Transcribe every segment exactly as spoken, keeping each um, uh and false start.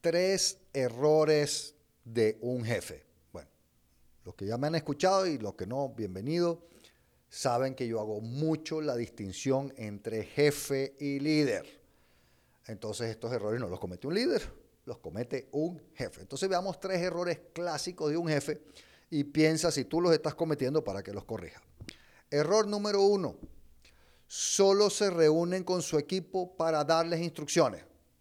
tres errores de un jefe. Bueno, los que ya me han escuchado y los que no, bienvenido. Saben que yo hago mucho la distinción entre jefe y líder. Entonces estos errores no los comete un líder, los comete un jefe. Entonces veamos tres errores clásicos de un jefe y piensa si tú los estás cometiendo para que los corrijas. Error número uno, solo se reúnen con su equipo para darles instrucciones.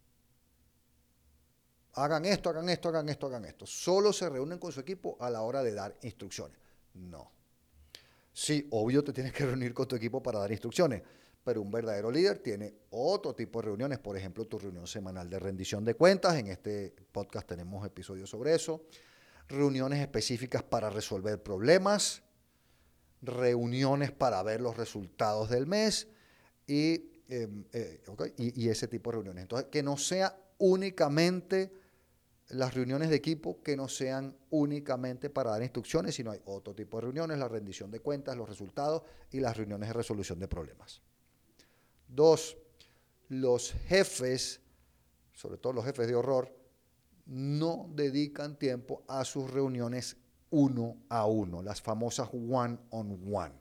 Hagan esto, hagan esto, hagan esto, hagan esto. Solo se reúnen con su equipo a la hora de dar instrucciones. No. Sí, obvio te tienes que reunir con tu equipo para dar instrucciones, pero un verdadero líder tiene otro tipo de reuniones, por ejemplo, tu reunión semanal de rendición de cuentas. En este podcast tenemos episodios sobre eso. Reuniones específicas para resolver problemas, reuniones para ver los resultados del mes y, eh, eh, okay, y, y ese tipo de reuniones. Entonces, que no sea únicamente las reuniones de equipo, que no sean únicamente para dar instrucciones, sino hay otro tipo de reuniones, la rendición de cuentas, los resultados y las reuniones de resolución de problemas. Dos, los jefes, sobre todo los jefes de horror, no dedican tiempo a sus reuniones uno a uno, las famosas one on one.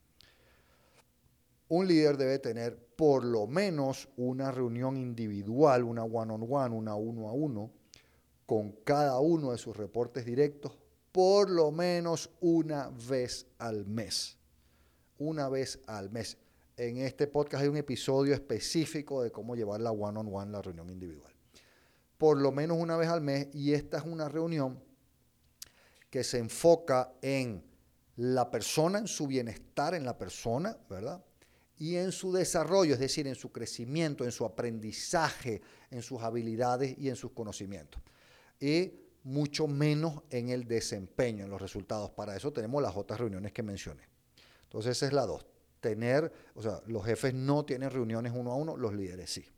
Un líder debe tener por lo menos una reunión individual, una one on one, una uno a uno, con cada uno de sus reportes directos por lo menos una vez al mes. Una vez al mes. En este podcast hay un episodio específico de cómo llevar la one-on-one, la reunión individual. Por lo menos una vez al mes, y esta es una reunión que se enfoca en la persona, en su bienestar, en la persona, ¿verdad? Y en su desarrollo, es decir, en su crecimiento, en su aprendizaje, en sus habilidades y en sus conocimientos. Y mucho menos en el desempeño, en los resultados. Para eso tenemos las otras reuniones que mencioné. Entonces esa es la dos. Tener, o sea, los jefes no tienen reuniones uno a uno, los líderes sí.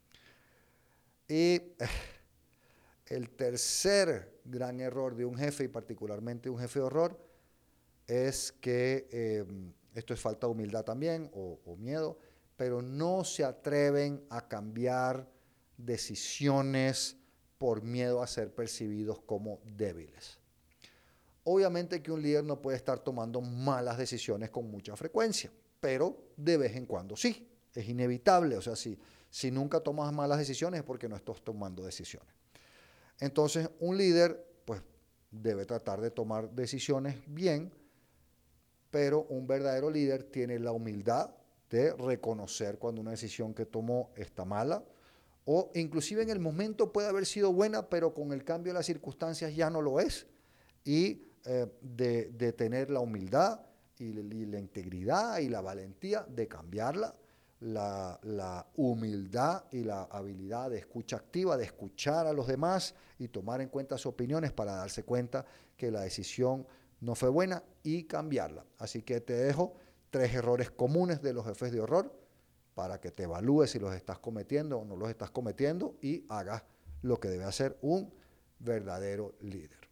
Y eh, el tercer gran error de un jefe, y particularmente un jefe de horror, es que, eh, esto es falta de humildad también, o, o miedo, pero no se atreven a cambiar decisiones por miedo a ser percibidos como débiles. Obviamente que un líder no puede estar tomando malas decisiones con mucha frecuencia, pero de vez en cuando sí, es inevitable. O sea, si, si nunca tomas malas decisiones es porque no estás tomando decisiones. Entonces, un líder pues debe tratar de tomar decisiones bien, pero un verdadero líder tiene la humildad de reconocer cuando una decisión que tomó está mala, o inclusive en el momento puede haber sido buena, pero con el cambio de las circunstancias ya no lo es, y eh, de, de tener la humildad y, y la integridad y la valentía de cambiarla, la, la humildad y la habilidad de escucha activa, de escuchar a los demás y tomar en cuenta sus opiniones para darse cuenta que la decisión no fue buena y cambiarla. Así que te dejo tres errores comunes de los jefes de horror para que te evalúes si los estás cometiendo o no los estás cometiendo y hagas lo que debe hacer un verdadero líder.